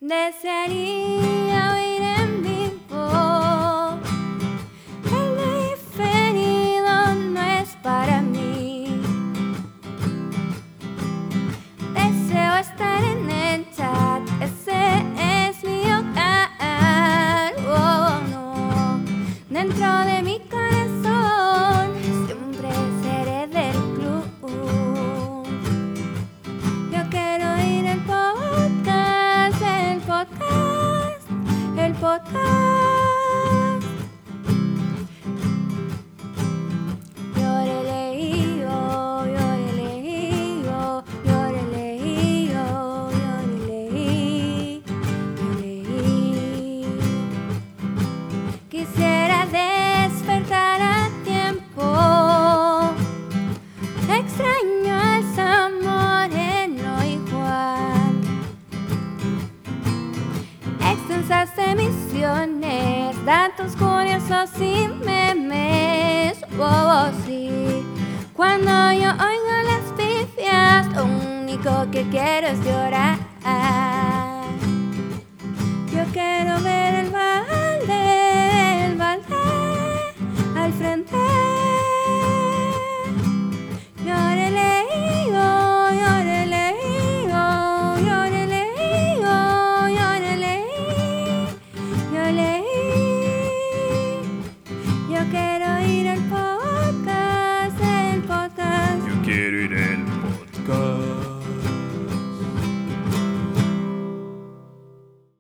Desearía oír en vivo. El diferido no es para mí. Deseo estar en el chat, ese es mi hogar. Oh, no. Dentro de mi corazón siempre seré del club. Yo quiero oír el podcast, el podcast, el podcast. Yo le leí, yo le leí, yo le leí, yo le leí, yo leí. Quisiera despertar a tiempo. Extraño el amor en lo igual. Extensas emisiones, datos curiosos y memes. Oh, sí. Cuando yo oigo las pifias, lo único que quiero es llorar.